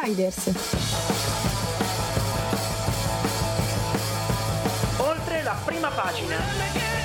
Insiders. Oltre la prima pagina.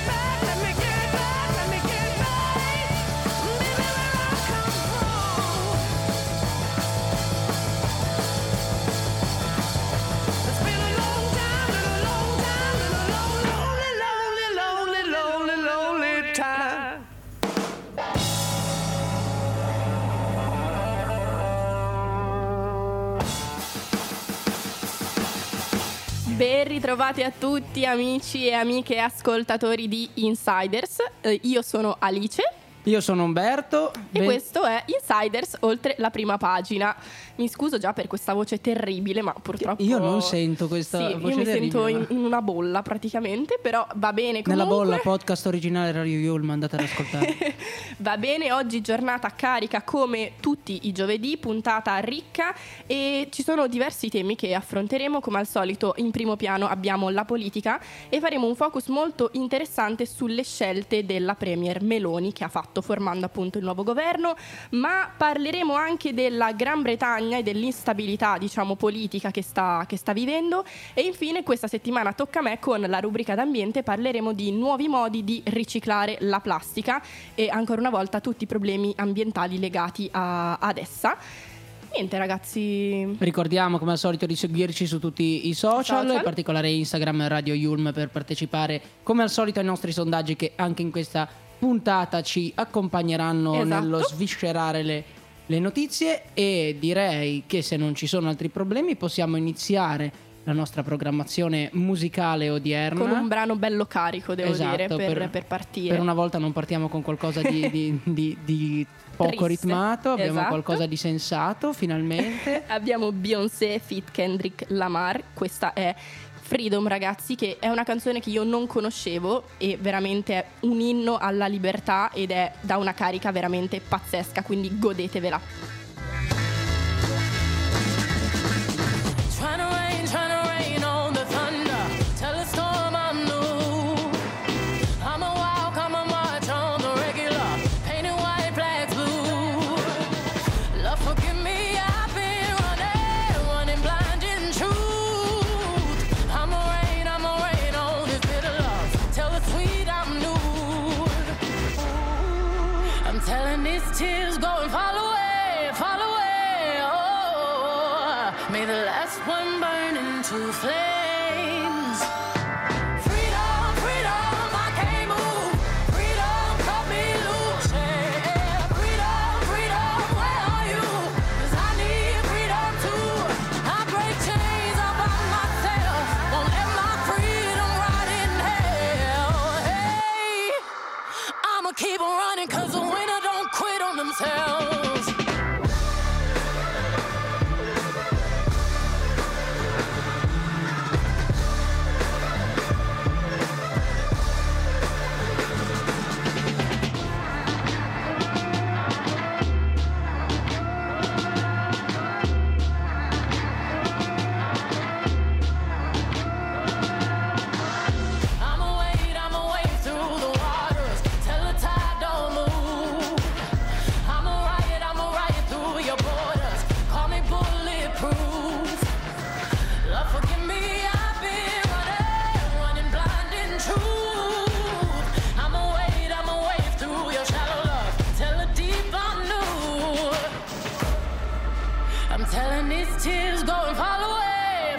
Ben ritrovati a tutti amici e amiche ascoltatori di Insiders. Io sono Alice. Io sono Umberto. E questo è Insiders oltre la prima pagina. Mi scuso già per questa voce terribile, ma purtroppo io non sento questa voce io mi terribile, sento in una bolla praticamente, però va bene comunque. Nella bolla, podcast originale Radio Yulm, andate ad ascoltare. Va bene, oggi giornata carica come tutti i giovedì, puntata ricca e ci sono diversi temi che affronteremo. Come al solito in primo piano abbiamo la politica e faremo un focus molto interessante sulle scelte della Premier Meloni che ha fatto formando appunto il nuovo governo, ma parleremo anche della Gran Bretagna e dell'instabilità, diciamo, politica che sta vivendo. E infine questa settimana tocca a me, con la rubrica d'ambiente parleremo di nuovi modi di riciclare la plastica e ancora una volta tutti i problemi ambientali legati ad essa. Niente ragazzi, ricordiamo come al solito di seguirci su tutti i social, in particolare Instagram Radio Yulm, per partecipare come al solito ai nostri sondaggi che anche in questa puntata ci accompagneranno nello sviscerare le notizie. E direi che se non ci sono altri problemi possiamo iniziare la nostra programmazione musicale odierna con un brano bello carico, devo dire, per partire. Per una volta non partiamo con qualcosa di poco triste, ritmato, abbiamo qualcosa di sensato finalmente. Abbiamo Beyoncé feat Kendrick Lamar, questa è Freedom, ragazzi, che è una canzone che io non conoscevo e veramente è un inno alla libertà ed è da una carica veramente pazzesca, quindi godetevela. Tears go and fall away, oh, may the last one burn into flames. Freedom, freedom, I can't move. Freedom, cut me loose. Yeah. Freedom, freedom, where are you? 'Cause I need freedom too. I break chains all by myself. Won't let my freedom rot in hell. Hey, I'ma keep on running 'cause the winner don't quit on themselves. I'ma wade through the waters till the tide don't move. I'ma ride through your borders. Call me bulletproof. Lord, forgive me, I've been running blind in truth. I'ma wade through your shallow love till the deep I knew. I'm telling these tears go and fall away,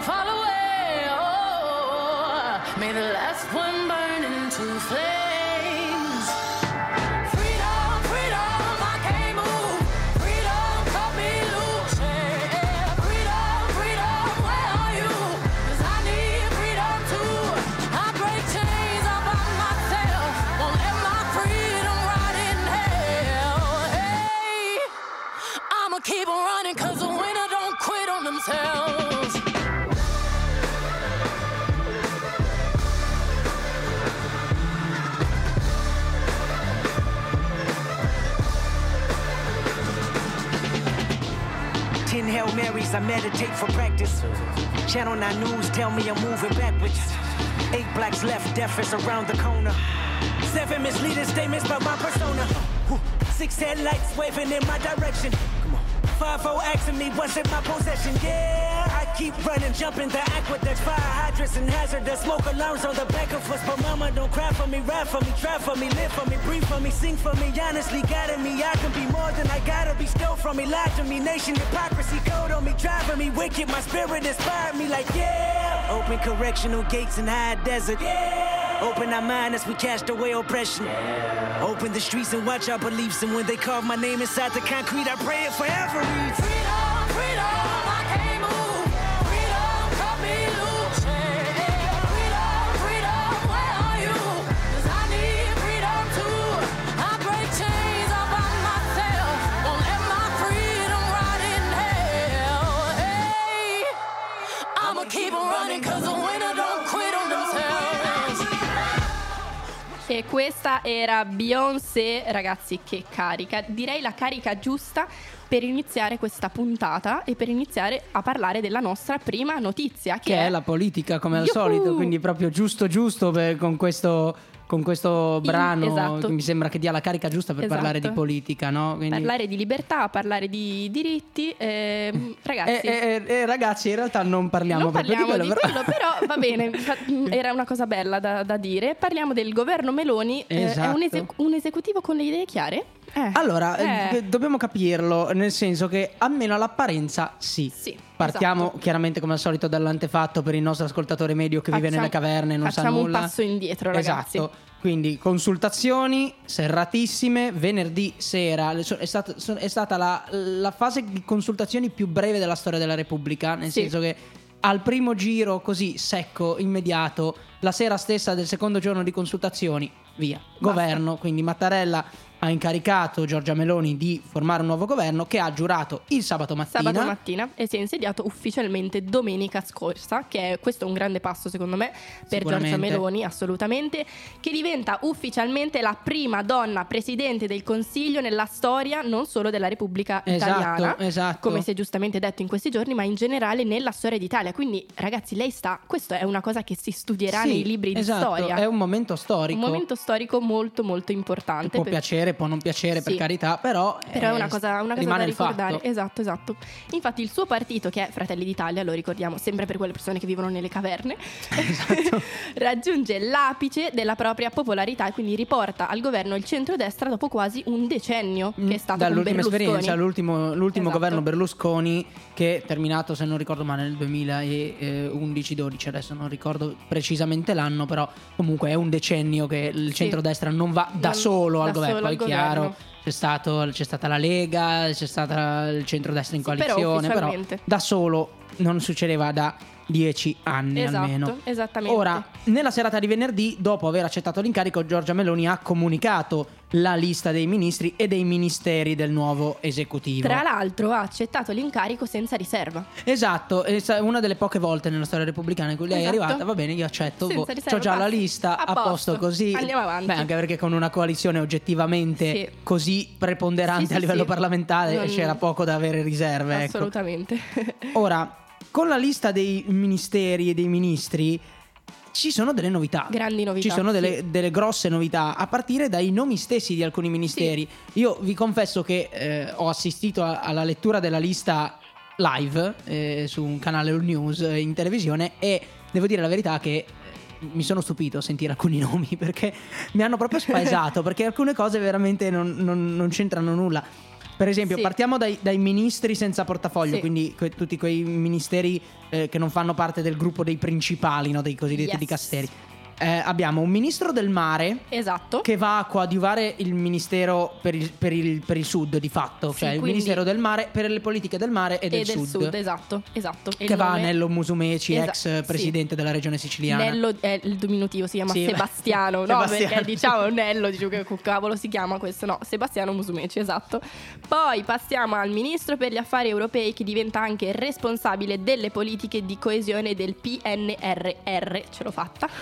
oh, may the last one burn into flames. Freedom, freedom, I can't move. Freedom, cut me loose. Yeah. Freedom, freedom, where are you? 'Cause I need freedom too. I break chains all by myself. Won't let my freedom rot in hell. Hey, I'ma keep on running 'cause the winner don't quit on themselves. Hail Marys, I meditate for practice. Channel 9 News tell me I'm moving backwards. 8 blacks left, death is around the corner. 7 misleading statements about my persona. 6 headlights waving in my direction. Come on. 5-0 asking me what's in my possession. Yeah, I keep running, jumping the aqueducts, fire hydrants and hazardous smoke alarms on the back of us. But mama, don't cry for me, ride for me, try for me, live for me, breathe for me, sing for me. Honestly, guiding me, I can be more than I gotta be. Stole from me, lied to me, nation hypocrisy, code on me, driving me wicked. My spirit inspired me like, yeah. Open correctional gates in high desert. Yeah. Open our mind as we cast away oppression. Yeah. Open the streets and watch our beliefs. And when they carve my name inside the concrete, I pray it forever. Freedom, freedom, I can't move. Freedom, cut me loose. Yeah. Freedom, freedom, where are you? 'Cause I need freedom too. I break chains all by myself. Won't let my freedom rot in hell. Hey, I'ma keep on running 'cause the winner don't quit on themselves. E questa era Beyoncé, ragazzi, che carica. Direi la carica giusta per iniziare questa puntata e per iniziare a parlare della nostra prima notizia, che è la politica, come al Yuhu! solito, quindi proprio giusto con questo brano esatto. che mi sembra che dia la carica giusta per Esatto. parlare di politica, no? Quindi... parlare di libertà, parlare di diritti, ragazzi. Ragazzi, in realtà non parliamo proprio di quello, però va bene, era una cosa bella da dire. Parliamo del governo Meloni. Esatto. È un esecutivo con le idee chiare? Allora, dobbiamo capirlo, nel senso che almeno all'apparenza sì. Partiamo esatto. chiaramente come al solito dall'antefatto per il nostro ascoltatore medio che vive nelle caverne e non sa nulla. Facciamo un passo indietro, ragazzi. Esatto. Quindi consultazioni serratissime, venerdì sera, è stata la fase di consultazioni più breve della storia della Repubblica, nel senso che al primo giro così secco, immediato, la sera stessa del secondo giorno di consultazioni, via, governo. Quindi Mattarella ha incaricato Giorgia Meloni di formare un nuovo governo, che ha giurato il sabato mattina e si è insediato ufficialmente domenica scorsa, questo è un grande passo secondo me per Giorgia Meloni, assolutamente, che diventa ufficialmente la prima donna presidente del Consiglio nella storia non solo della Repubblica Italiana, come si è giustamente detto in questi giorni, ma in generale nella storia d'Italia. Quindi ragazzi, questa è una cosa che si studierà nei libri di storia. È un momento storico molto molto importante. Può piacere, può non piacere, per carità, però è una cosa da ricordare. Fatto. Esatto. Infatti il suo partito, che è Fratelli d'Italia, lo ricordiamo sempre per quelle persone che vivono nelle caverne, raggiunge l'apice della propria popolarità e quindi riporta al governo il centrodestra dopo quasi un decennio che è stato dall'ultima con Berlusconi. esperienza, l'ultimo governo Berlusconi, che è terminato, se non ricordo male, nel 2011-12, adesso non ricordo precisamente l'anno, però comunque è un decennio che il centrodestra non va da solo al governo. Poi chiaro, c'è stata la Lega, c'è stata il centrodestra in coalizione, però da solo non succedeva da 10 anni almeno. Esattamente. Ora, nella serata di venerdì, dopo aver accettato l'incarico, Giorgia Meloni ha comunicato la lista dei ministri e dei ministeri del nuovo esecutivo. Tra l'altro ha accettato l'incarico senza riserva. Esatto, è una delle poche volte nella storia repubblicana in cui lei è arrivata, va bene, io accetto, c'ho già la lista, a posto così. Andiamo avanti. Beh, anche perché con una coalizione oggettivamente così preponderante a livello parlamentare c'era poco da avere riserve. Assolutamente. Ora, con la lista dei ministeri e dei ministri ci sono delle novità. Grandi novità. Ci sono delle grosse novità, a partire dai nomi stessi di alcuni ministeri. Io vi confesso che ho assistito alla lettura della lista live su un canale All News in televisione e devo dire la verità che mi sono stupito a sentire alcuni nomi, perché mi hanno proprio spaesato, perché alcune cose veramente non c'entrano nulla. Per esempio, partiamo dai ministri senza portafoglio, quindi tutti quei ministeri che non fanno parte del gruppo dei principali, no, dei cosiddetti dicasteri. Abbiamo un ministro del mare, esatto, che va a coadiuvare il ministero per il sud, di fatto, cioè il ministero del mare per le politiche del mare e del sud. Esatto. Che va a Nello Musumeci, ex presidente della regione siciliana. Nello è il diminutivo, si chiama Sebastiano, no? Perché diciamo Nello, dicevo che cavolo si chiama questo, no? Sebastiano Musumeci, esatto. Poi passiamo al ministro per gli affari europei, che diventa anche responsabile delle politiche di coesione del PNRR, ce l'ho fatta.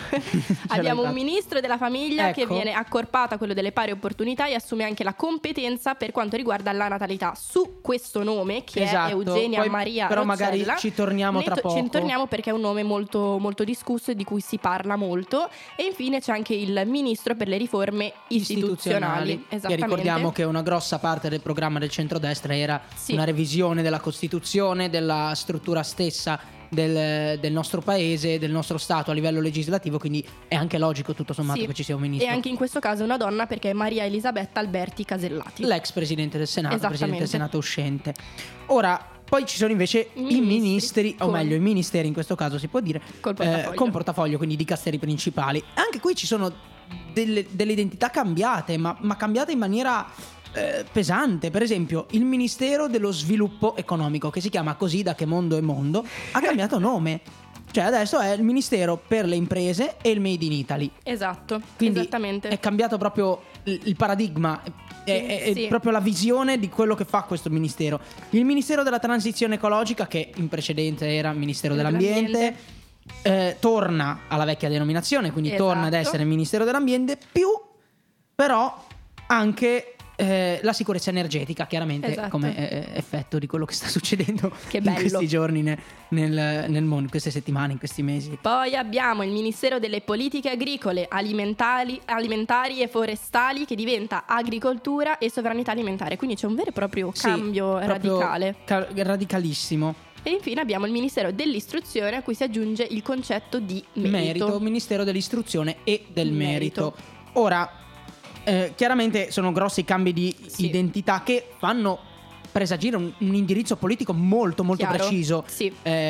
Abbiamo un fatta. ministro della famiglia che Ecco. viene accorpato a quello delle pari opportunità e assume anche la competenza per quanto riguarda la natalità. Su questo nome, che Esatto. è Eugenia Poi, Maria però Roccella, magari ci torniamo tra poco. Ci torniamo perché è un nome molto, molto discusso e di cui si parla molto. E infine c'è anche il ministro per le riforme istituzionali. Che Esattamente. ricordiamo che una grossa parte del programma del centrodestra era Sì. una revisione della Costituzione, della struttura stessa del nostro paese, del nostro Stato a livello legislativo, quindi è anche logico tutto sommato Sì. che ci sia un ministro. E anche in questo caso è una donna perché è Maria Elisabetta Alberti Casellati. L'ex presidente del Senato, presidente del Esattamente. Senato uscente. Ora, poi ci sono invece i ministri, o con- meglio i ministeri in questo caso si può dire, Col portafoglio. con portafoglio, quindi dicasteri principali. Anche qui ci sono delle identità cambiate, ma cambiate in maniera pesante. Per esempio il Ministero dello Sviluppo Economico, che si chiama così da che mondo è mondo, ha cambiato nome. Cioè adesso è il Ministero per le imprese e il Made in Italy. Esatto, Quindi esattamente. è cambiato proprio il paradigma, è Sì. proprio la visione di quello che fa questo ministero. Il Ministero della Transizione Ecologica, che in precedenza era Ministero dell'Ambiente, torna alla vecchia denominazione, quindi Esatto. torna ad essere Ministero dell'Ambiente, più però anche la sicurezza energetica, chiaramente, Esatto. come effetto di quello che sta succedendo Che in bello. questi giorni nel mondo, in queste settimane, in questi mesi. Poi abbiamo il Ministero delle Politiche Agricole, Alimentari e Forestali, che diventa Agricoltura e Sovranità Alimentare. Quindi c'è un vero e proprio Sì, cambio proprio radicale. radicalissimo. E infine abbiamo il Ministero dell'Istruzione, a cui si aggiunge il concetto di merito. Ministero dell'Istruzione e del Merito. merito. Ora, chiaramente sono grossi cambi di Sì. identità che fanno presagire un indirizzo politico molto molto Chiaro. preciso, Sì.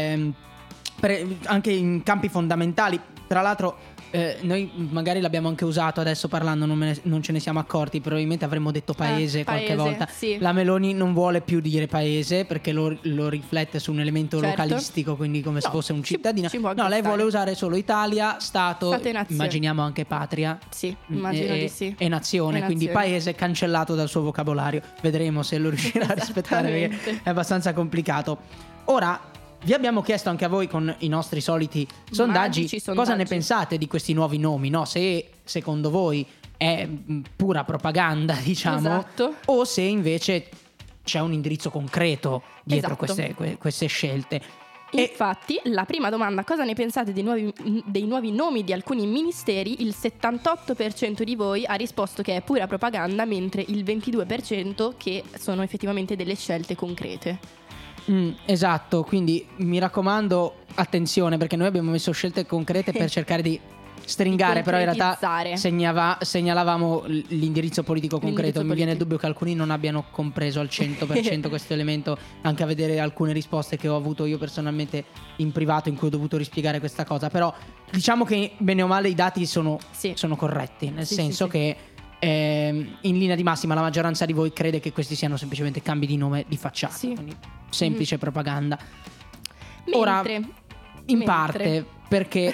anche in campi fondamentali. Tra l'altro noi magari l'abbiamo anche usato adesso parlando, non ce ne siamo accorti, probabilmente avremmo detto paese qualche paese, volta. sì. La Meloni non vuole più dire paese perché lo riflette su un elemento Certo. localistico, quindi come se No, fosse un ci- cittadino. ci può No, lei stare. vuole usare solo Italia, Stato Stato e nazione. immaginiamo anche patria. Sì, immagino e, di sì. e nazione, E quindi nazione. paese cancellato dal suo vocabolario. Vedremo se lo riuscirà a rispettare perché Esattamente. è abbastanza complicato. Ora, vi abbiamo chiesto anche a voi con i nostri soliti sondaggi Magici cosa sondaggi. ne pensate di questi nuovi nomi, no? Se secondo voi è pura propaganda, diciamo, Esatto. o se invece c'è un indirizzo concreto dietro Esatto. queste scelte. E Infatti, la prima domanda, cosa ne pensate dei nuovi nomi di alcuni ministeri? Il 78% di voi ha risposto che è pura propaganda, mentre il 22% che sono effettivamente delle scelte concrete. Esatto, quindi mi raccomando, attenzione, perché noi abbiamo messo scelte concrete per cercare di stringare, però in realtà concretizzare. segnalavamo l'indirizzo politico concreto. L'indirizzo Mi viene il politico. dubbio che alcuni non abbiano compreso al 100% questo elemento, anche a vedere alcune risposte che ho avuto io personalmente in privato in cui ho dovuto rispiegare questa cosa. Però diciamo che bene o male i dati sono corretti, nel Sì, senso sì, sì. che in linea di massima la maggioranza di voi crede che questi siano semplicemente cambi di nome di facciata, Sì. quindi semplice propaganda. Mentre, Ora, in mentre- parte perché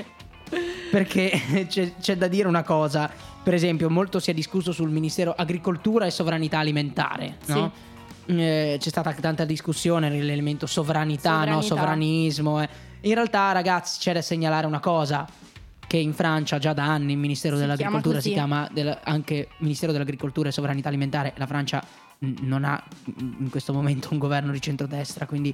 perché c'è da dire una cosa. Per esempio, molto si è discusso sul Ministero Agricoltura e Sovranità Alimentare, no? C'è stata tanta discussione nell'elemento sovranità, no? Sovranismo. In realtà, ragazzi, c'è da segnalare una cosa: che in Francia già da anni il Ministero Si dell'Agricoltura chiama si chiama anche Ministero dell'Agricoltura e Sovranità Alimentare. La Francia non ha in questo momento un governo di centrodestra, quindi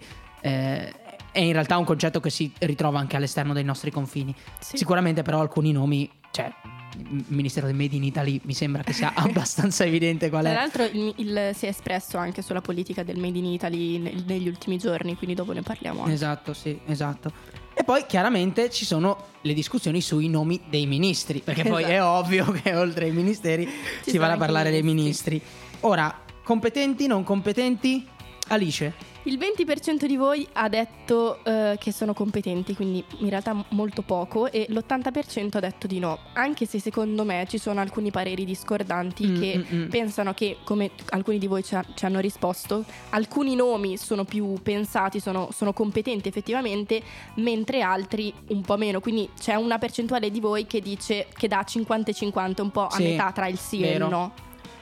è in realtà un concetto che si ritrova anche all'esterno dei nostri confini. Sì. Sicuramente però alcuni nomi, cioè il Ministero del Made in Italy mi sembra che sia abbastanza evidente qual Tra è. l'altro si è espresso anche sulla politica del Made in Italy negli ultimi giorni, quindi dopo ne parliamo anche. Esatto, sì, esatto. E poi chiaramente ci sono le discussioni sui nomi dei ministri, perché poi è ovvio che oltre ai ministeri si sono va a anche parlare i dei ministri. ministri. Ora, competenti, non competenti? Alice? Il 20% di voi ha detto che sono competenti, quindi in realtà molto poco, e l'80% ha detto di no, anche se secondo me ci sono alcuni pareri discordanti che pensano che, come alcuni di voi ci hanno risposto, alcuni nomi sono più pensati, sono competenti effettivamente, mentre altri un po' meno, quindi c'è una percentuale di voi che dice che dà 50-50, un po' a Sì, metà tra il sì e vero. il no.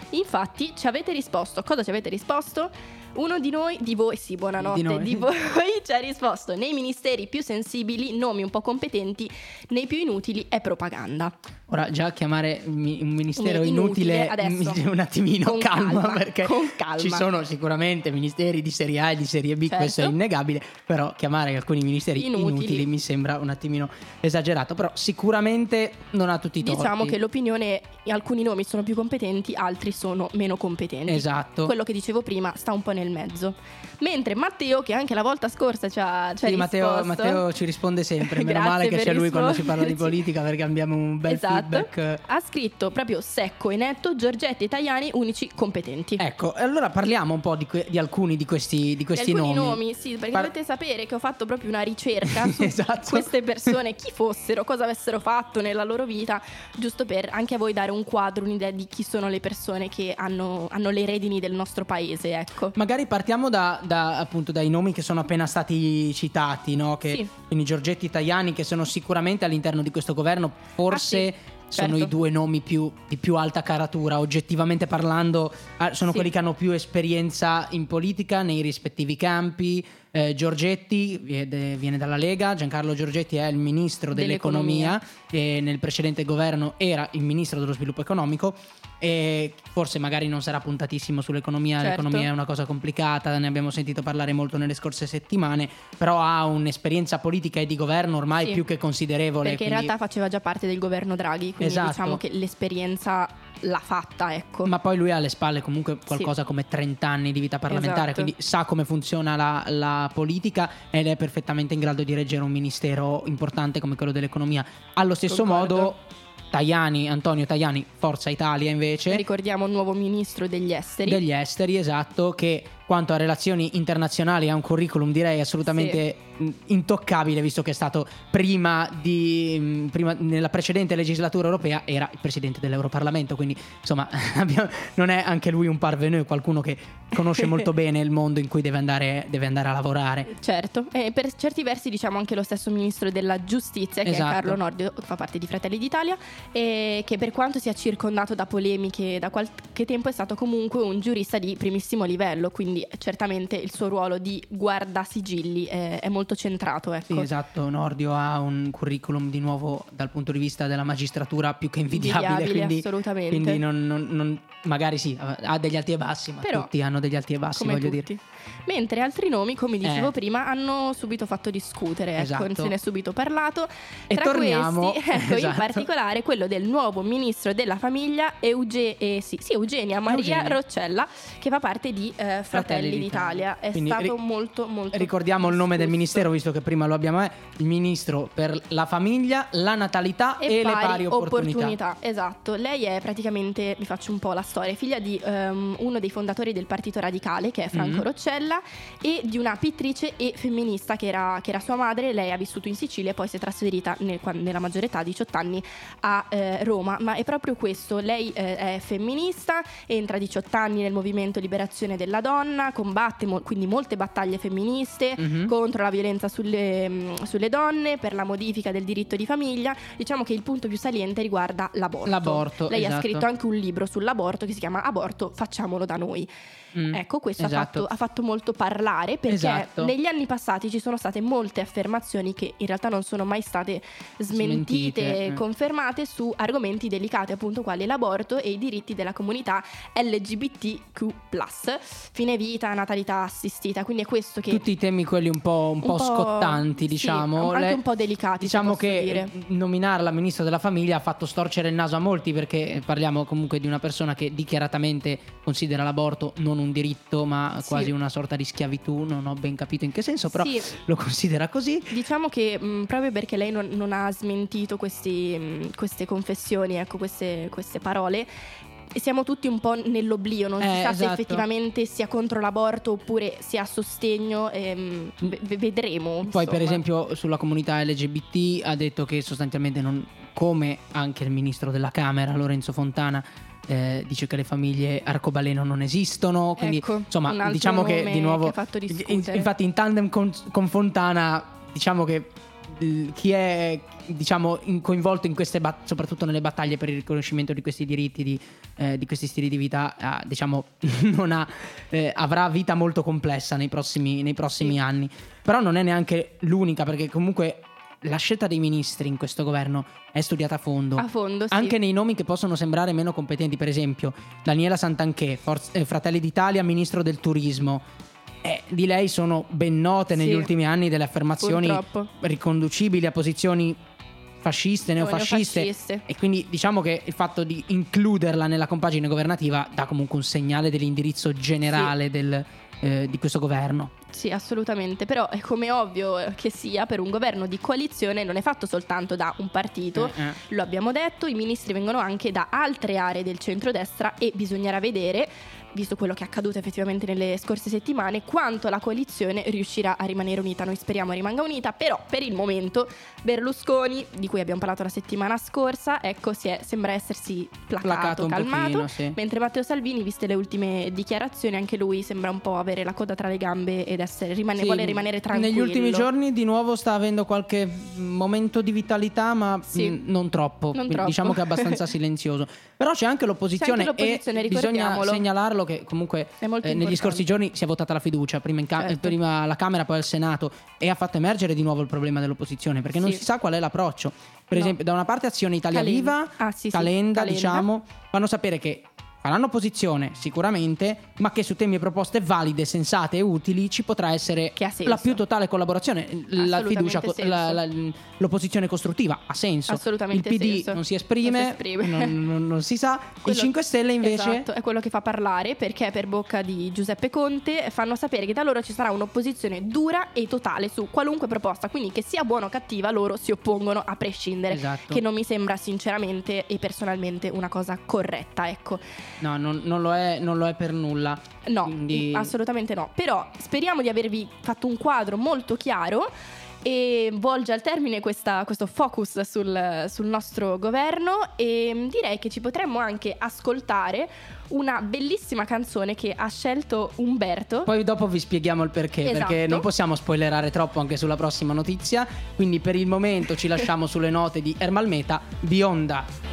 Infatti ci avete risposto. Cosa ci avete risposto? Uno di voi, sì, buonanotte, Di noi. voi ci ha risposto: nei ministeri più sensibili, nomi un po' competenti, nei più inutili è propaganda. Ora già chiamare un ministero Inutile, inutile adesso. un attimino Con calma, calma, perché con calma. ci sono sicuramente ministeri di serie A e di serie B, Certo. questo è innegabile, però chiamare alcuni ministeri Inutili. inutili mi sembra un attimino esagerato, però sicuramente non ha tutti i torti. Diciamo che l'opinione, alcuni nomi sono più competenti, altri sono meno competenti. Esatto. Quello che dicevo prima sta un po' nel mezzo. Mentre Matteo, che anche la volta scorsa ci ha Sì, risposto. Matteo ci risponde sempre, meno Grazie male che per c'è lui quando si parla di risponderci. politica, perché abbiamo un bel Esatto. feedback. Ha scritto proprio secco e netto: Giorgetti e Tajani unici competenti. Ecco, e allora parliamo un po' di alcuni di questi Di alcuni nomi. sì, perché Par- dovete sapere che ho fatto proprio una ricerca su Esatto. queste persone, chi fossero, cosa avessero fatto nella loro vita, giusto per anche a voi dare un quadro, un'idea di chi sono le persone che hanno le redini del nostro paese, ecco. Magari partiamo appunto dai nomi che sono appena stati citati, no? Sì. Quindi Giorgetti e Tajani, che sono sicuramente all'interno di questo governo, forse Ah, sì. sono Certo. i due nomi di più alta caratura, oggettivamente parlando, sono Sì. quelli che hanno più esperienza in politica nei rispettivi campi. Giorgetti viene dalla Lega, Giancarlo Giorgetti è il ministro dell'economia e nel precedente governo era il ministro dello sviluppo economico, e forse magari non sarà puntatissimo sull'economia, Certo. l'economia è una cosa complicata, ne abbiamo sentito parlare molto nelle scorse settimane, però ha un'esperienza politica e di governo ormai Sì. più che considerevole. Perché in quindi- realtà faceva già parte del governo Draghi, quindi Esatto. diciamo che l'esperienza l'ha fatta, ecco. Ma poi lui ha alle spalle comunque qualcosa come 30 anni di vita parlamentare, Esatto. quindi sa come funziona la politica ed è perfettamente in grado di reggere un ministero importante come quello dell'economia. Allo stesso Concordo. modo Antonio Tajani, Forza Italia invece, Ricordiamo il nuovo ministro degli esteri. degli esteri, esatto, che quanto a relazioni internazionali ha un curriculum direi assolutamente intoccabile, visto che è stato prima nella precedente legislatura europea era il presidente dell'Europarlamento, quindi insomma non è anche lui un parvenu, qualcuno che conosce molto bene il mondo in cui deve andare a lavorare. Certo, e per certi versi diciamo anche lo stesso ministro della giustizia, che Esatto. è Carlo Nordio, fa parte di Fratelli d'Italia, e che per quanto sia circondato da polemiche da qualche tempo è stato comunque un giurista di primissimo livello, quindi certamente il suo ruolo di guardasigilli è molto centrato, ecco. Sì, esatto, Nordio ha un curriculum di nuovo dal punto di vista della magistratura più che invidiabile, quindi, assolutamente. quindi non- magari sì, ha degli alti e bassi, ma Però, tutti hanno degli alti e bassi, come voglio tutti. dire. Mentre altri nomi, come dicevo prima, hanno subito fatto discutere, ecco, Esatto. se ne è subito parlato. E Tra torniamo- questi, ecco, in esatto. particolare quello del nuovo ministro della famiglia Eugenia Maria Eugenia. Roccella, che fa parte di Fratelli d'Italia. È Quindi stato molto ricordiamo il nome del discusso. ministero, visto che prima lo abbiamo, è il ministro per la famiglia, la natalità e le pari opportunità. Esatto, lei è praticamente, vi faccio un po' la storia, figlia di uno dei fondatori del Partito Radicale, che è Franco Roccella, e di una pittrice e femminista che era sua madre. Lei ha vissuto in Sicilia e poi si è trasferita nella maggiore età, 18 anni, a Roma. Ma è proprio questo, lei è femminista, entra a 18 anni nel movimento Liberazione della Donna, combatte quindi molte battaglie femministe contro la violenza sulle donne, per la modifica del diritto di famiglia. Diciamo che il punto più saliente riguarda l'aborto. Lei esatto. ha scritto anche un libro sull'aborto che si chiama Aborto, facciamolo da noi. Ecco, questo esatto. ha fatto molto parlare, perché Esatto. negli anni passati ci sono state molte affermazioni che in realtà non sono mai state smentite e confermate su argomenti delicati, appunto quali l'aborto e i diritti della comunità LGBTQ+, fine vita, natalità assistita. Quindi è questo che Tutti i temi quelli un po' scottanti, sì, diciamo. anche un po' delicati, Diciamo se posso che dire. nominarla ministro della famiglia ha fatto storcere il naso a molti, perché parliamo comunque di una persona che dichiaratamente considera l'aborto non un diritto, ma Sì. quasi una sorta di schiavitù. Non ho ben capito in che senso, però Sì. lo considera così. Diciamo che proprio perché lei non ha smentito queste confessioni, ecco, queste parole, e siamo tutti un po' nell'oblio, non si sa se esatto. effettivamente sia contro l'aborto oppure sia a sostegno, vedremo. Poi per insomma. esempio sulla comunità LGBT ha detto che sostanzialmente non, come anche il ministro della Camera Lorenzo Fontana, dice che le famiglie arcobaleno non esistono, quindi Ecco, un insomma altro diciamo che nome di nuovo che ha fatto discutere. infatti in tandem con Fontana, diciamo che chi è, diciamo, coinvolto in queste soprattutto nelle battaglie per il riconoscimento di questi diritti, di questi stili di vita, diciamo, avrà vita molto complessa nei prossimi anni. Però non è neanche l'unica, perché comunque la scelta dei ministri in questo governo è studiata a fondo. Sì. Anche nei nomi che possono sembrare meno competenti, per esempio Daniela Santanchè, Fratelli d'Italia, ministro del turismo. Di lei sono ben note negli ultimi anni delle affermazioni riconducibili a posizioni fasciste, neofasciste. E quindi diciamo che il fatto di includerla nella compagine governativa dà comunque un segnale dell'indirizzo generale di questo governo. Sì, assolutamente. Però è come ovvio che sia, per un governo di coalizione non è fatto soltanto da un partito. Lo abbiamo detto, i ministri vengono anche da altre aree del centrodestra e bisognerà vedere, visto quello che è accaduto effettivamente nelle scorse settimane, quanto la coalizione riuscirà a rimanere unita. Noi speriamo rimanga unita, però per il momento Berlusconi, di cui abbiamo parlato la settimana scorsa, ecco, sembra essersi placato, calmato, sì. Mentre Matteo Salvini, viste le ultime dichiarazioni, anche lui sembra un po' avere la coda tra le gambe ed vuole rimanere tranquillo. Negli ultimi giorni di nuovo sta avendo qualche momento di vitalità, ma non troppo. Diciamo che è abbastanza silenzioso. Però c'è anche l'opposizione, e bisogna segnalarlo che comunque negli scorsi giorni si è votata la fiducia, prima alla Camera, poi al Senato, e ha fatto emergere di nuovo il problema dell'opposizione, perché non si sa qual è l'approccio. Per esempio, da una parte Azione Italia Viva, Calenda, diciamo, fanno sapere che faranno opposizione sicuramente, ma che su temi e proposte valide, sensate e utili ci potrà essere la più totale collaborazione. La fiducia, l'opposizione costruttiva ha senso. Assolutamente. Il PD non si esprime, non si sa. Il 5 Stelle invece è quello che fa parlare, perché per bocca di Giuseppe Conte fanno sapere che da loro ci sarà un'opposizione dura e totale su qualunque proposta, quindi che sia buona o cattiva loro si oppongono a prescindere. Che non mi sembra sinceramente e personalmente una cosa corretta, ecco. No, non lo è per nulla. No, quindi assolutamente no. Però speriamo di avervi fatto un quadro molto chiaro e volge al termine questo focus sul nostro governo, e direi che ci potremmo anche ascoltare una bellissima canzone che ha scelto Umberto. Poi dopo vi spieghiamo il perché, perché non possiamo spoilerare troppo anche sulla prossima notizia. Quindi per il momento ci lasciamo sulle note di Ermal Meta, Bionda.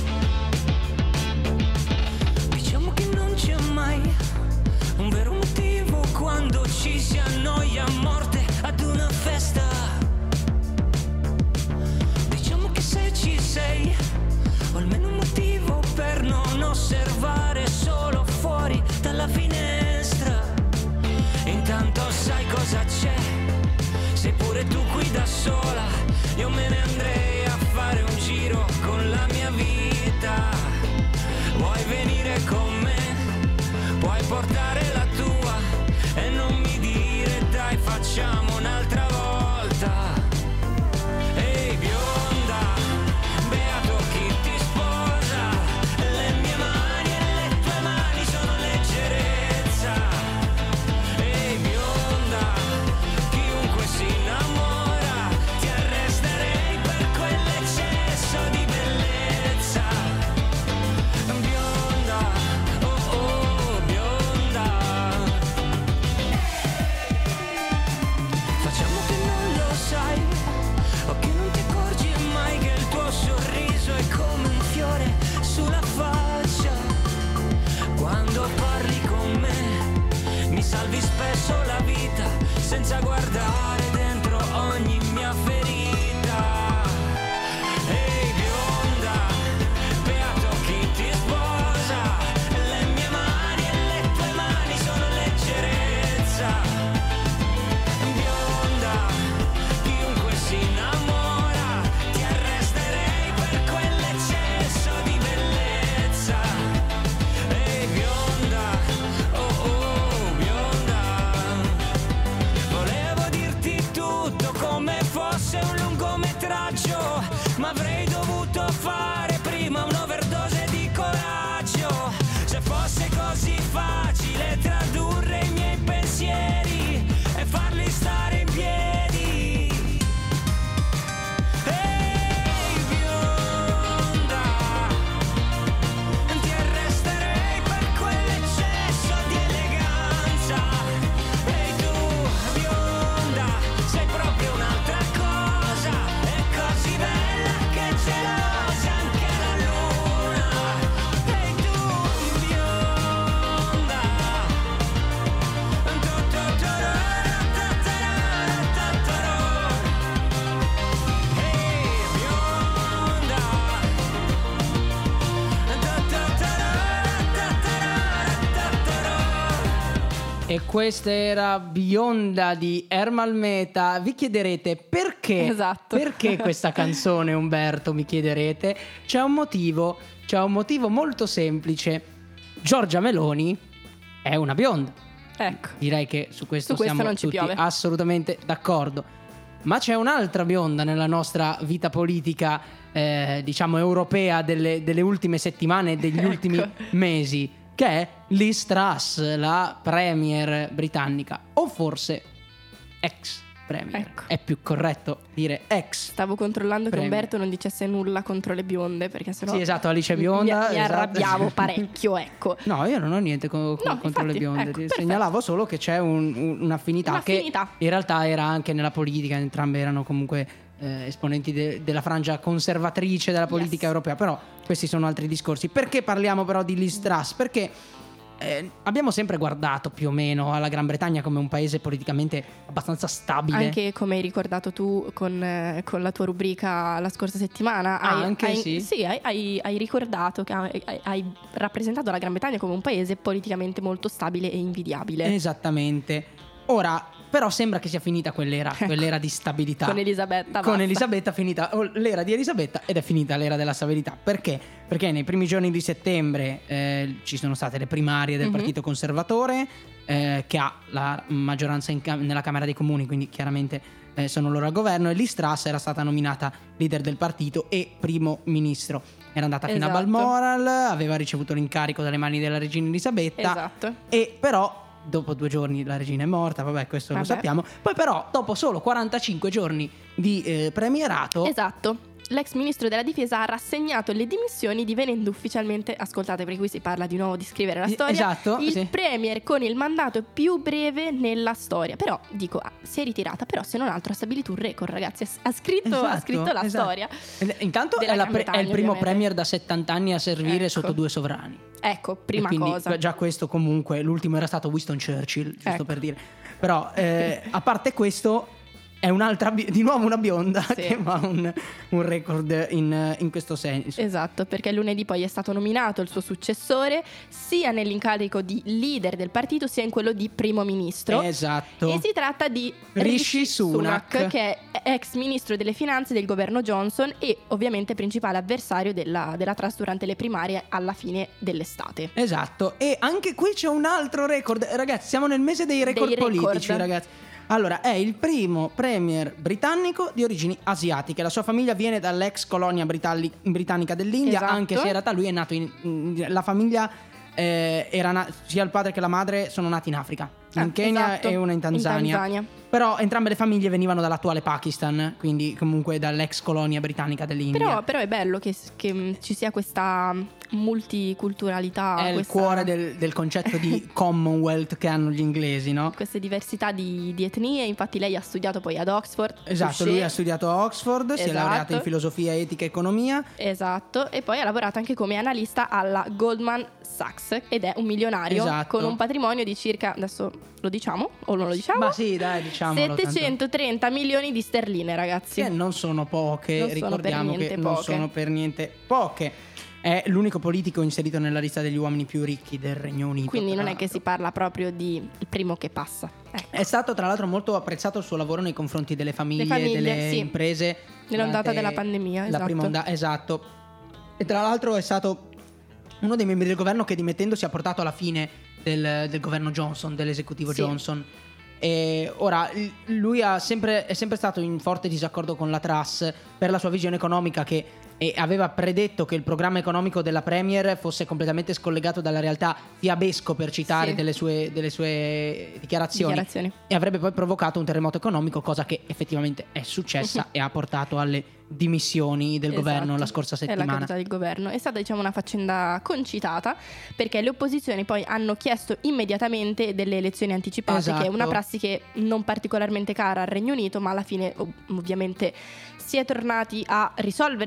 Un vero motivo quando ci si annoia a morte ad una festa. Diciamo che se ci sei, o almeno un motivo per non osservare solo fuori dalla finestra. Intanto sai cosa c'è, sei pure tu qui da sola. Io me ne andrei a fare un giro con la mia vita. Vuoi venire con me? Puoi portare la tua e non mi dire dai facciamo un'altra volta. Ehi bionda, beato chi ti sposa, le mie mani e le tue mani sono leggerezza. Ehi bionda, chiunque si innamora, ti arresterei per quell'eccesso di bellezza. Bionda, facciamo che non lo sai, o che non ti accorgi mai che il tuo sorriso è come un fiore sulla faccia. Quando parli con me mi salvi spesso la vita, senza guardare dentro ogni mia ferita. Ehi bionda, beato chi ti sposa, le mie mani e le tue mani sono leggerezza. Chiunque si innamora, ti arresterei per quell'eccesso di bellezza. Ehi bionda, oh bionda, volevo dirti tutto come fosse un E questa era Bionda di Ermal Meta. Vi chiederete perché? Esatto. Perché questa canzone, Umberto, mi chiederete? C'è un motivo molto semplice. Giorgia Meloni è una bionda. Ecco. Direi che su questo siamo non ci tutti piove. assolutamente d'accordo. Ma c'è un'altra bionda nella nostra vita politica, diciamo europea, delle ultime settimane e degli ultimi mesi, che è Liz Truss, la premier britannica, o forse ex premier. Ecco. È più corretto dire ex. Stavo controllando Premier. che Umberto non dicesse nulla contro le bionde, perché sennò Sì, esatto, Alice Bionda. mi esatto. arrabbiavo parecchio, ecco. No, io non ho niente contro infatti, le bionde. ecco, Ti perfetto. segnalavo solo che c'è un'affinità, Un'affinità. che in realtà era anche nella politica. Entrambe erano comunque esponenti della frangia conservatrice della politica europea. Però questi sono altri discorsi. Perché parliamo però di Liz Truss? Perché abbiamo sempre guardato più o meno alla Gran Bretagna come un paese politicamente abbastanza stabile. Anche come hai ricordato tu con la tua rubrica la scorsa settimana, hai ricordato che hai rappresentato la Gran Bretagna come un paese politicamente molto stabile e invidiabile. Esattamente. Ora, però sembra che sia finita quell'era di stabilità. Con Elisabetta, Con basta. Elisabetta è finita l'era di Elisabetta ed è finita l'era della stabilità. Perché? Perché nei primi giorni di settembre ci sono state le primarie del Partito Conservatore, che ha la maggioranza nella Camera dei Comuni, quindi chiaramente sono loro al governo, e Liz Truss era stata nominata leader del partito e primo ministro. Era andata fino a Esatto. Balmoral, aveva ricevuto l'incarico dalle mani della regina Elisabetta. Esatto. E però dopo 2 giorni la regina è morta, vabbè, questo lo sappiamo. Poi però dopo solo 45 giorni di premierato, Esatto. L'ex ministro della difesa ha rassegnato le dimissioni, divenendo ufficialmente, ascoltate, perché qui si parla di nuovo di scrivere la storia, esatto, il sì. premier con il mandato più breve nella storia. Però dico, si è ritirata, però se non altro ha stabilito un record, ragazzi. Ha scritto la storia. Intanto della è Gran il Bretagna, primo ovviamente. premier da 70 anni a servire Ecco. sotto 2 sovrani. Ecco, prima E quindi, cosa. già questo comunque, l'ultimo era stato Winston Churchill, giusto Ecco. per dire. Però a parte questo, è di nuovo una bionda Sì. che fa un record in questo senso. Esatto, perché lunedì poi è stato nominato il suo successore sia nell'incarico di leader del partito sia in quello di primo ministro. Esatto. E si tratta di Rishi Sunak, che è ex ministro delle finanze del governo Johnson e ovviamente principale avversario della Truss durante le primarie alla fine dell'estate. Esatto, e anche qui c'è un altro record. Ragazzi, siamo nel mese dei record politici, ragazzi. Allora, è il primo premier britannico di origini asiatiche. La sua famiglia viene dall'ex colonia britannica dell'India, Esatto. anche se in realtà lui è nato la famiglia sia il padre che la madre sono nati in Africa, in Kenya, esatto, e una in Tanzania. Però entrambe le famiglie venivano dall'attuale Pakistan, quindi comunque dall'ex colonia britannica dell'India. Però è bello che ci sia questa multiculturalità. È il cuore del concetto di Commonwealth che hanno gli inglesi, no? Queste diversità di etnie. Infatti lei ha studiato poi ad Oxford. Esatto, Touché. lui ha studiato a Oxford, si è Esatto. laureato in filosofia, etica e economia. Esatto, e poi ha lavorato anche come analista alla Goldman Sachs ed è un milionario Esatto. con un patrimonio di circa, adesso lo diciamo o non lo diciamo? Ma sì, dai, diciamolo. 730 milioni di sterline, ragazzi. Che non sono poche, Non sono ricordiamo per che niente non poche. sono per niente poche. È l'unico politico inserito nella lista degli uomini più ricchi del Regno Unito. Quindi tra non è che l'altro. si parla proprio di il primo che passa. Ecco. È stato tra l'altro molto apprezzato il suo lavoro nei confronti delle famiglie, delle sì. imprese Nell'ondata durante della pandemia, la esatto. prima onda, esatto. E tra l'altro è stato uno dei membri del governo che dimettendosi ha portato alla fine del governo Johnson, dell'esecutivo Sì. Johnson. E ora lui è sempre stato in forte disaccordo con la Truss per la sua visione economica, che aveva predetto che il programma economico della Premier fosse completamente scollegato dalla realtà, fiabesco per citare Sì. delle sue dichiarazioni, e avrebbe poi provocato un terremoto economico, cosa che effettivamente è successa e ha portato alle dimissioni del governo la scorsa È la settimana. caduta del governo. È stata, diciamo, una faccenda concitata perché le opposizioni poi hanno chiesto immediatamente delle elezioni anticipate, Esatto. che è una prassi che non particolarmente cara al Regno Unito, ma alla fine ovviamente si è tornati a risolvere la situazione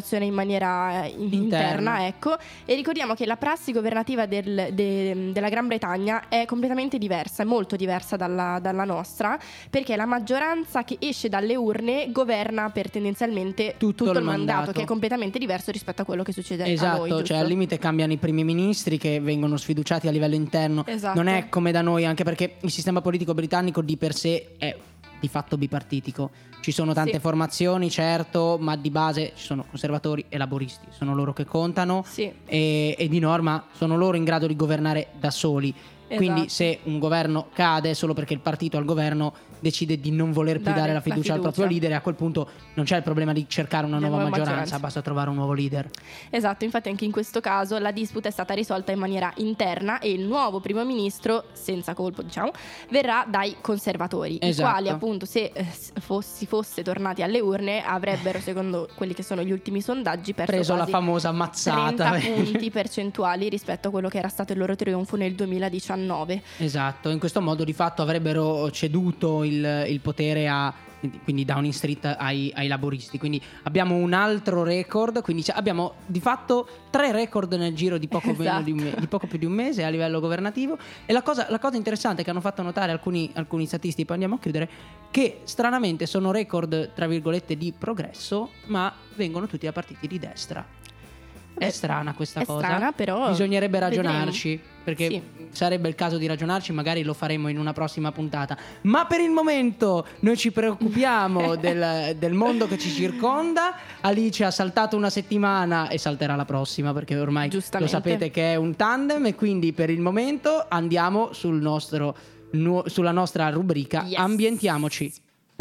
situazione in maniera interna, ecco. E ricordiamo che la prassi governativa della Gran Bretagna è completamente diversa, è molto diversa dalla nostra, perché la maggioranza che esce dalle urne governa per tendenzialmente tutto il mandato, che è completamente diverso rispetto a quello che succede a noi. Esatto, cioè al limite cambiano i primi ministri che vengono sfiduciati a livello interno. Esatto. Non è come da noi, anche perché il sistema politico britannico di per sé è di fatto bipartitico. Ci sono tante formazioni, certo, ma di base ci sono conservatori e laboristi, sono loro che contano, e di norma sono loro in grado di governare da soli. Quindi se un governo cade solo perché il partito al governo decide di non voler più dare la fiducia al proprio leader, a quel punto non c'è il problema di cercare una nuova maggioranza, basta trovare un nuovo leader. Esatto, infatti anche in questo caso la disputa è stata risolta in maniera interna e il nuovo primo ministro, senza colpo diciamo, verrà dai conservatori, i quali appunto se si fosse tornati alle urne avrebbero, secondo quelli che sono gli ultimi sondaggi, preso la famosa mazzata, 30 punti percentuali rispetto a quello che era stato il loro trionfo nel 2019. Esatto, in questo modo di fatto avrebbero ceduto il potere quindi Downing Street ai laboristi. Quindi abbiamo un altro record, quindi abbiamo di fatto 3 record nel giro di poco, di poco più di un mese a livello governativo. E la cosa interessante che hanno fatto notare alcuni statisti, poi andiamo a chiudere, che stranamente sono record tra virgolette di progresso, ma vengono tutti da partiti di destra. È strana questa cosa, strana, però bisognerebbe ragionarci, perché sarebbe il caso di ragionarci, magari lo faremo in una prossima puntata. Ma per il momento noi ci preoccupiamo del mondo che ci circonda. Alice ha saltato una settimana e salterà la prossima, perché ormai lo sapete che è un tandem, e quindi per il momento andiamo sulla nostra rubrica Ambientiamoci.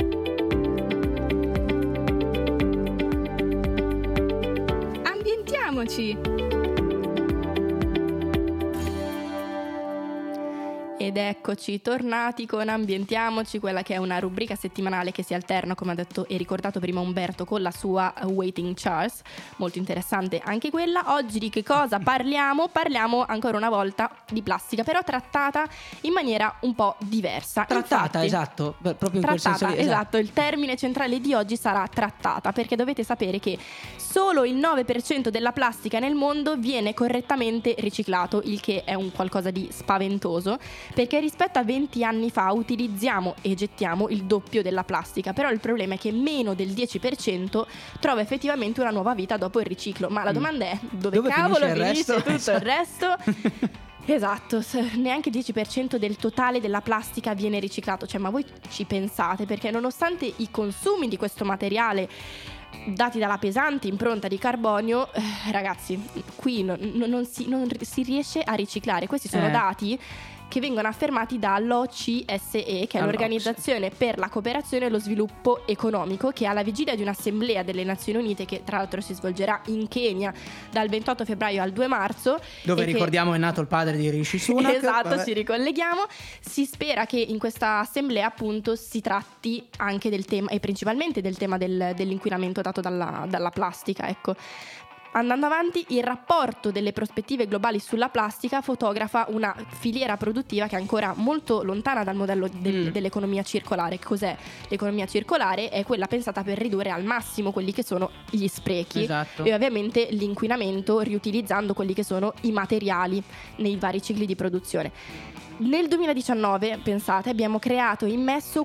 Ed eccoci tornati con Ambientiamoci, quella che è una rubrica settimanale che si alterna, come ha detto e ricordato prima Umberto, con la sua Waiting Charts, molto interessante anche quella. Oggi di che cosa parliamo? Parliamo ancora una volta di plastica, però trattata in maniera un po' diversa. Trattata, esatto, proprio in quel senso lì, esatto, il termine centrale di oggi sarà trattata, perché dovete sapere che solo il 9% della plastica nel mondo viene correttamente riciclato, il che è un qualcosa di spaventoso, perché rispetto a 20 anni fa utilizziamo e gettiamo il doppio della plastica. Però il problema è che meno del 10% trova effettivamente una nuova vita dopo il riciclo. Ma la domanda è: dove cavolo finisce tutto il resto? Esatto, neanche il 10% del totale della plastica viene riciclato. Cioè, ma voi ci pensate? Perché nonostante i consumi di questo materiale dati dalla pesante impronta di carbonio, ragazzi, qui non si riesce a riciclare. Questi sono dati che vengono affermati dall'OCSE, che è l'Organizzazione per la Cooperazione e lo Sviluppo Economico, che alla vigilia di un'assemblea delle Nazioni Unite, che tra l'altro si svolgerà in Kenya dal 28 febbraio al 2 marzo, dove ricordiamo è nato il padre di Rishi Sunak. Esatto, ci ricolleghiamo. Si spera che in questa assemblea appunto si tratti anche del tema, e principalmente del tema dell'inquinamento dato dalla plastica, ecco. Andando avanti, il rapporto delle prospettive globali sulla plastica fotografa una filiera produttiva che è ancora molto lontana dal modello dell'economia circolare. Cos'è l'economia circolare? È quella pensata per ridurre al massimo quelli che sono gli sprechi e ovviamente l'inquinamento, riutilizzando quelli che sono i materiali nei vari cicli di produzione. Nel 2019, pensate, abbiamo creato e immesso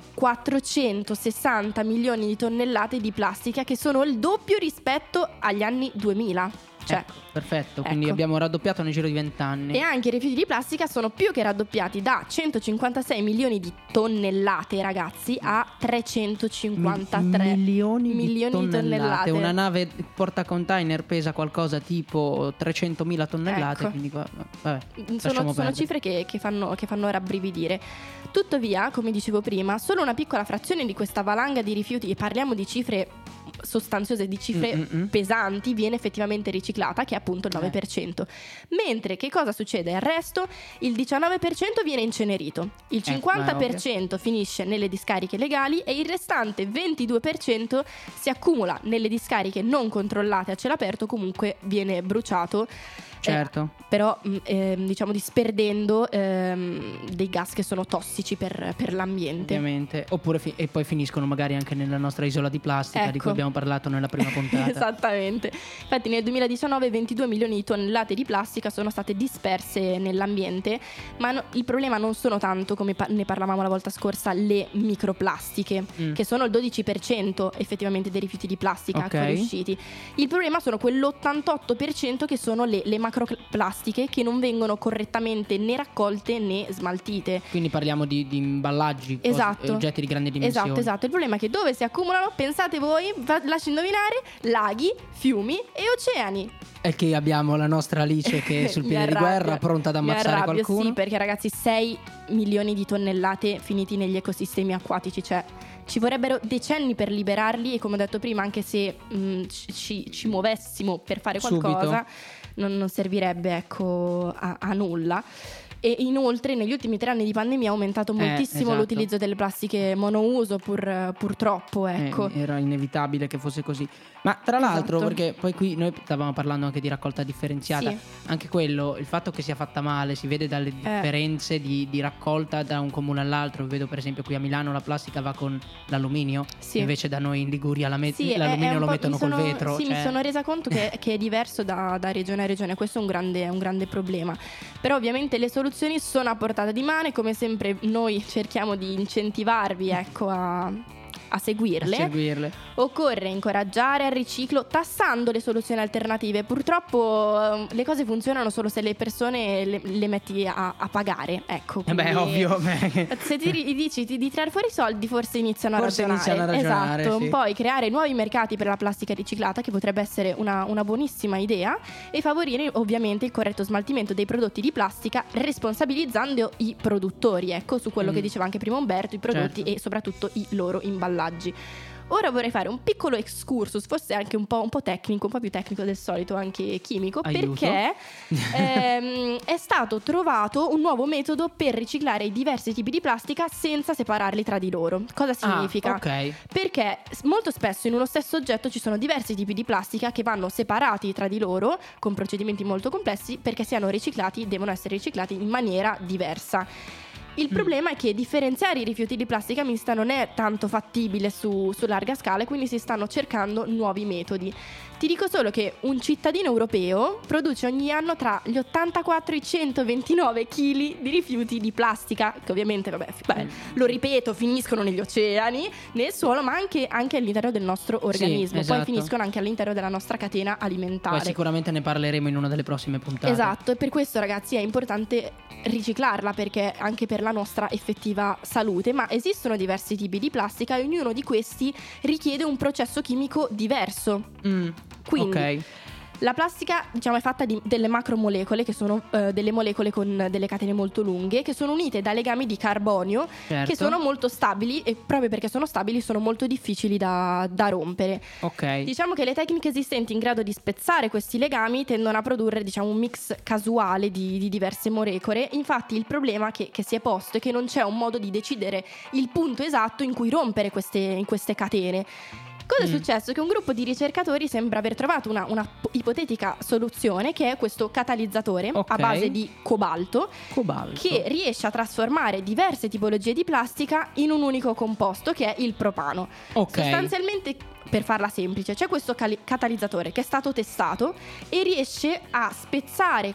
460 milioni di tonnellate di plastica, che sono il doppio rispetto agli anni 2000. Cioè, perfetto, quindi abbiamo raddoppiato nel giro di 20 anni. E anche i rifiuti di plastica sono più che raddoppiati, da 156 milioni di tonnellate, ragazzi, a 353 milioni di tonnellate. Una nave porta container pesa qualcosa tipo 300.000 tonnellate, ecco. Quindi vabbè, sono cifre che fanno rabbrividire. Tuttavia, come dicevo prima, solo una piccola frazione di questa valanga di rifiuti, e parliamo di cifre sostanziose, di cifre pesanti, viene effettivamente riciclata, che è appunto il 9%. Mentre che cosa succede? Il resto, il 19% viene incenerito, il 50% finisce nelle discariche legali e il restante 22% si accumula nelle discariche non controllate a cielo aperto, comunque viene bruciato. Certo. Però diciamo disperdendo dei gas che sono tossici per l'ambiente. Ovviamente. Oppure e poi finiscono magari anche nella nostra isola di plastica, di cui abbiamo parlato nella prima puntata. Esattamente. Infatti nel 2019 22 milioni di tonnellate di plastica sono state disperse nell'ambiente, ma il problema non sono tanto, come ne parlavamo la volta scorsa, le microplastiche, che sono il 12% effettivamente dei rifiuti di plastica fuoriusciti. Il problema sono quell'88% che sono le macroplastiche che non vengono correttamente né raccolte né smaltite. Quindi parliamo di imballaggi, oggetti di grandi dimensioni. Esatto. Il problema è che dove si accumulano, pensate voi, lascio indovinare, laghi, fiumi e oceani. E che abbiamo la nostra Alice che è sul piede di guerra, pronta ad ammazzare qualcuno. Sì, perché ragazzi 6 milioni di tonnellate finiti negli ecosistemi acquatici, cioè ci vorrebbero decenni per liberarli, e come ho detto prima, anche se ci muovessimo per fare qualcosa non servirebbe, ecco, a nulla. E inoltre negli ultimi 3 anni di pandemia è aumentato moltissimo l'utilizzo delle plastiche monouso, purtroppo, ecco. Era inevitabile che fosse così. Ma tra l'altro, perché poi qui noi stavamo parlando anche di raccolta differenziata, anche quello, il fatto che sia fatta male si vede dalle differenze di raccolta da un comune all'altro. Vedo per esempio qui a Milano la plastica va con l'alluminio, invece da noi in Liguria l'alluminio lo mettono col vetro. Sì, mi sono resa conto che è diverso da regione a regione. Questo è un grande problema. Però ovviamente le soluzioni sono a portata di mano e come sempre noi cerchiamo di incentivarvi, ecco, a seguirle. Occorre incoraggiare al riciclo tassando le soluzioni alternative. Purtroppo le cose funzionano solo se le persone le metti a pagare, ecco. Ovvio. Se ti dici di tirare fuori i soldi, forse iniziano a ragionare. Esatto. Sì. Poi creare nuovi mercati per la plastica riciclata, che potrebbe essere una buonissima idea, e favorire ovviamente il corretto smaltimento dei prodotti di plastica, responsabilizzando i produttori, ecco, su quello che diceva anche prima Umberto, i prodotti e soprattutto i loro imballaggi. Ora vorrei fare un piccolo excursus, forse anche un po' tecnico, un po' più tecnico del solito, anche chimico. Aiuto. Perché è stato trovato un nuovo metodo per riciclare i diversi tipi di plastica senza separarli tra di loro. Cosa significa? Perché molto spesso in uno stesso oggetto ci sono diversi tipi di plastica che vanno separati tra di loro con procedimenti molto complessi, perché devono essere riciclati in maniera diversa. Il problema è che differenziare i rifiuti di plastica mista non è tanto fattibile su larga scala, e quindi si stanno cercando nuovi metodi. Ti dico solo che un cittadino europeo produce ogni anno tra gli 84 e i 129 kg di rifiuti di plastica, che ovviamente, lo ripeto, finiscono negli oceani, nel suolo, ma anche all'interno del nostro organismo. Poi finiscono anche all'interno della nostra catena alimentare. Poi sicuramente ne parleremo in una delle prossime puntate. Esatto, e per questo, ragazzi, è importante riciclarla, perché anche per la nostra effettiva salute. Ma esistono diversi tipi di plastica e ognuno di questi richiede un processo chimico diverso. Quindi la plastica, diciamo, è fatta di delle macromolecole, che sono delle molecole con delle catene molto lunghe, che sono unite da legami di carbonio, che sono molto stabili, e proprio perché sono stabili sono molto difficili da rompere. Diciamo che le tecniche esistenti in grado di spezzare questi legami tendono a produrre, diciamo, un mix casuale di diverse molecole. Infatti il problema che si è posto è che non c'è un modo di decidere il punto esatto in cui rompere queste catene. Cosa è successo? Che un gruppo di ricercatori sembra aver trovato una ipotetica soluzione, che è questo catalizzatore a base di cobalto, che riesce a trasformare diverse tipologie di plastica in un unico composto, che è il propano. Sostanzialmente, per farla semplice, c'è questo catalizzatore che è stato testato e riesce a spezzare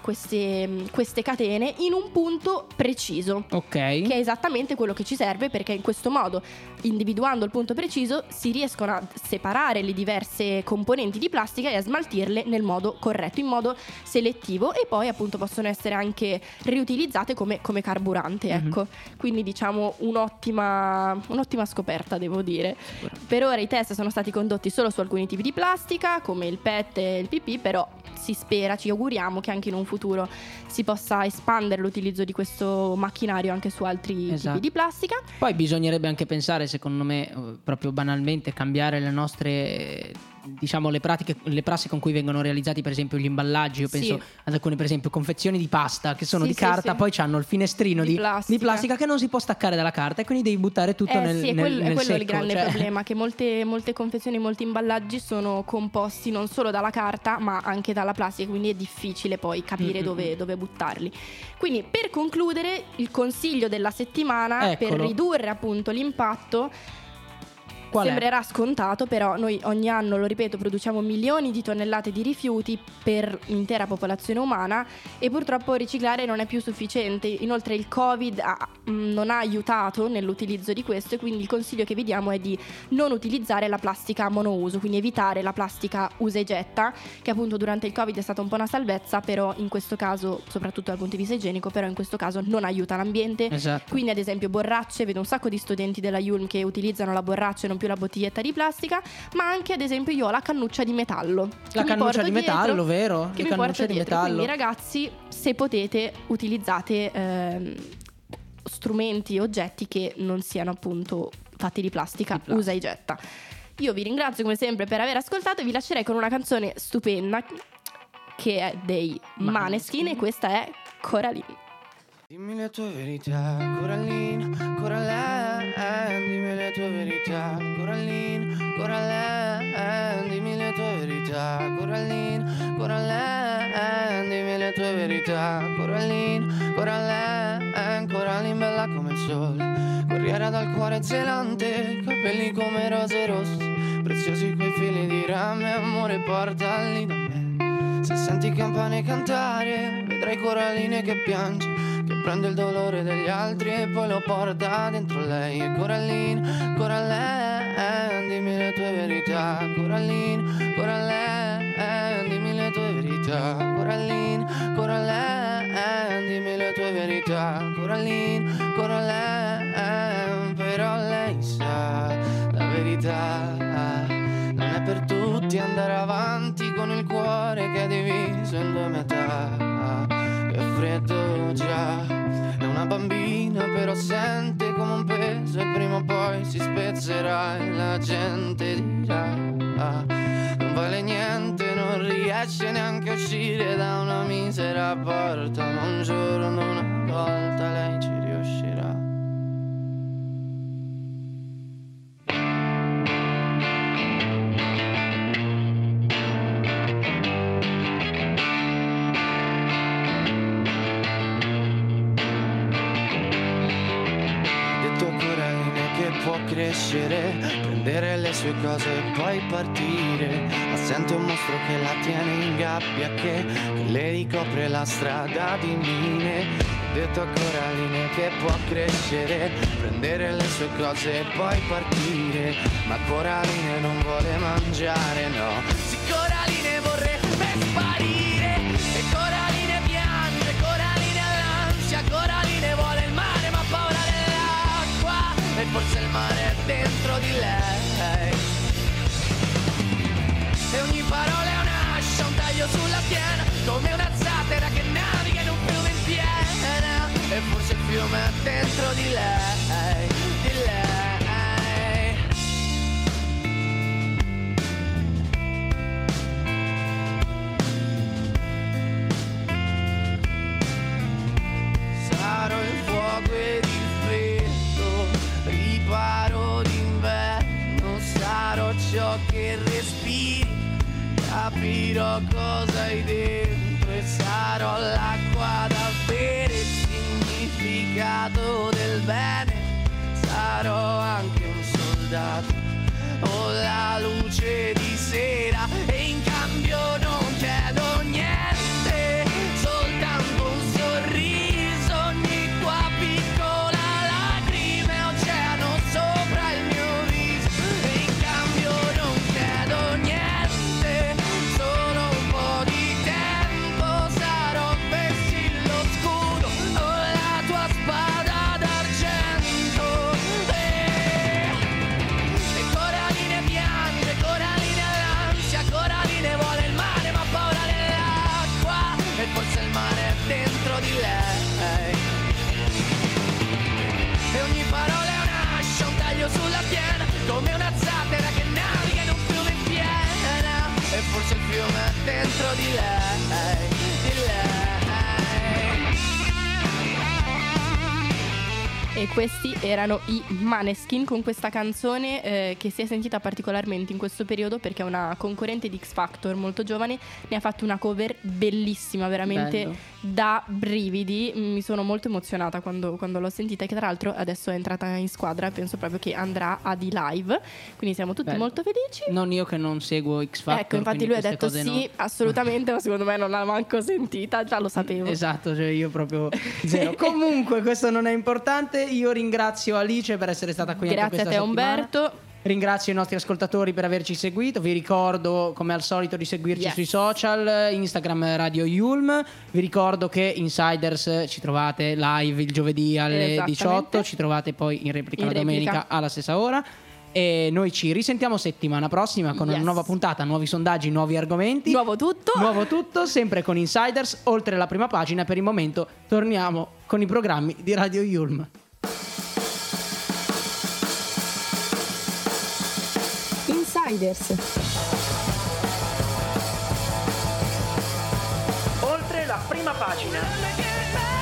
queste catene in un punto preciso, che è esattamente quello che ci serve, perché in questo modo, individuando il punto preciso, si riescono a separare le diverse componenti di plastica e a smaltirle nel modo corretto, in modo selettivo, e poi appunto possono essere anche riutilizzate come carburante, ecco. Quindi, diciamo, un'ottima scoperta, devo dire. Per ora i test sono stati condotti solo su alcuni tipi di plastica, come il PET e il PP, però si spera, ci auguriamo che anche in un futuro si possa espandere l'utilizzo di questo macchinario anche su altri tipi di plastica. Poi bisognerebbe anche pensare, secondo me, proprio banalmente, cambiare le nostre diciamo le prassi con cui vengono realizzati per esempio gli imballaggi. Io penso ad alcune, per esempio, confezioni di pasta che sono di carta, poi hanno il finestrino di plastica che non si può staccare dalla carta, e quindi devi buttare tutto nel è quello secco, il grande problema, che molte confezioni, molti imballaggi sono composti non solo dalla carta ma anche dalla plastica, quindi è difficile poi capire dove buttarli. Quindi, per concludere, il consiglio della settimana per ridurre appunto l'impatto sembrerà scontato, però noi ogni anno, lo ripeto, produciamo milioni di tonnellate di rifiuti per l'intera popolazione umana, e purtroppo riciclare non è più sufficiente. Inoltre il Covid non ha aiutato nell'utilizzo di questo, e quindi il consiglio che vi diamo è di non utilizzare la plastica monouso, quindi evitare la plastica usa e getta, che appunto durante il Covid è stata un po' una salvezza, però in questo caso, soprattutto dal punto di vista igienico, però in questo caso non aiuta l'ambiente. Quindi ad esempio borracce, vedo un sacco di studenti della Yulm che utilizzano la borraccia e non più la bottiglietta di plastica, ma anche ad esempio io ho la cannuccia di metallo. La cannuccia di metallo, vero? Che mi porto dietro. Quindi ragazzi, se potete, utilizzate strumenti, oggetti che non siano appunto fatti di plastica. Usa e getta. Io vi ringrazio come sempre per aver ascoltato, e vi lascerei con una canzone stupenda che è dei Maneskin, e questa è Coraline. Dimmi le tue verità, Coraline, Coraline, dimmi le tue verità, Coraline, Coraline, dimmi le tue verità, Coraline, Coraline, dimmi le tue verità, Coraline, Coraline, Coraline bella come il sole, corriera dal cuore zelante, capelli come rose rosse, preziosi quei fili di rame, amore portali da me. Se senti campane cantare, vedrai Coraline che piange, che prende il dolore degli altri e poi lo porta dentro lei. E Coraline, Coraline, dimmi le tue verità, Coraline, Coraline, dimmi le tue verità, Coraline, Coraline, dimmi le tue verità, Coraline, Coraline, però lei sa la verità. Non è per tutti andare avanti con il cuore che è diviso in due metà. È freddo già, è una bambina però sente come un peso, e prima o poi si spezzerà e la gente dirà non vale niente, non riesce neanche a uscire da una misera porta, ma un giorno, una volta lei ci riuscirà. Può crescere, prendere le sue cose e poi partire, ma sente un mostro che la tiene in gabbia, che le ricopre la strada di mine. Ho detto a Coraline che può crescere, prendere le sue cose e poi partire, ma Coraline non vuole mangiare, no. Sì, Coraline vorrebbe sparire, e Coraline piange, Coraline ha l'ansia, Coraline vuole il mare ma ha paura dell'acqua, e forse il mare è dentro di lei. E ogni parola è un'ascia, un taglio sulla schiena, come una zattera che naviga in un fiume in piena. E forse il fiume è dentro di lei, di lei. Sarò il fuoco ed il freddo, riparo d'inverno, sarò ciò che respiri, capirò cosa hai dentro, e sarò l'acqua da bere, il significato del bene, sarò anche un soldato o la luce di sera, e in cambio non chiedo niente, soltanto un sorriso, ogni qua piccola lacrime, oceano sopra il mio viso, e in cambio non chiedo niente, solo un po' di tempo, sarò vessillo scudo o la tua spada d'argento. E Coraline piange, Coraline ha l'ansia, Coraline vuole il mare ma ha paura dell'acqua, e forse il mare è dentro di lei. E ogni parola è un'ascia, un taglio sulla schiena, come una zattera che naviga in un fiume in piena. forse il fiume è dentro di lei, di lei. E questi erano i Maneskin con questa canzone che si è sentita particolarmente in questo periodo perché una concorrente di X Factor molto giovane ne ha fatto una cover bellissima, veramente Bello. da brividi. Mi sono molto emozionata quando l'ho sentita, che tra l'altro adesso è entrata in squadra e penso proprio che andrà a D-Live, quindi siamo tutti Bello. molto felici. Non io che non seguo X Factor. Ecco, infatti quindi lui ha detto queste sì, cose no. assolutamente, ma secondo me non l'ha manco sentita, già lo sapevo. Esatto, cioè io proprio zero. Comunque questo non è importante. Io ringrazio Alice per essere stata qui anche Grazie a questa te settimana. Umberto. Ringrazio i nostri ascoltatori per averci seguito. Vi ricordo come al solito di seguirci Yes. sui social, Instagram Radio Yulm. Vi ricordo che Insiders ci trovate live il giovedì alle Esattamente. 18, ci trovate poi in replica In la replica. domenica alla stessa ora. E noi ci risentiamo settimana prossima con Yes. una nuova puntata, nuovi sondaggi, nuovi argomenti. Nuovo tutto. Sempre con Insiders, oltre la prima pagina. Per il momento torniamo con i programmi di Radio Yulm. Insiders. Oltre la prima pagina.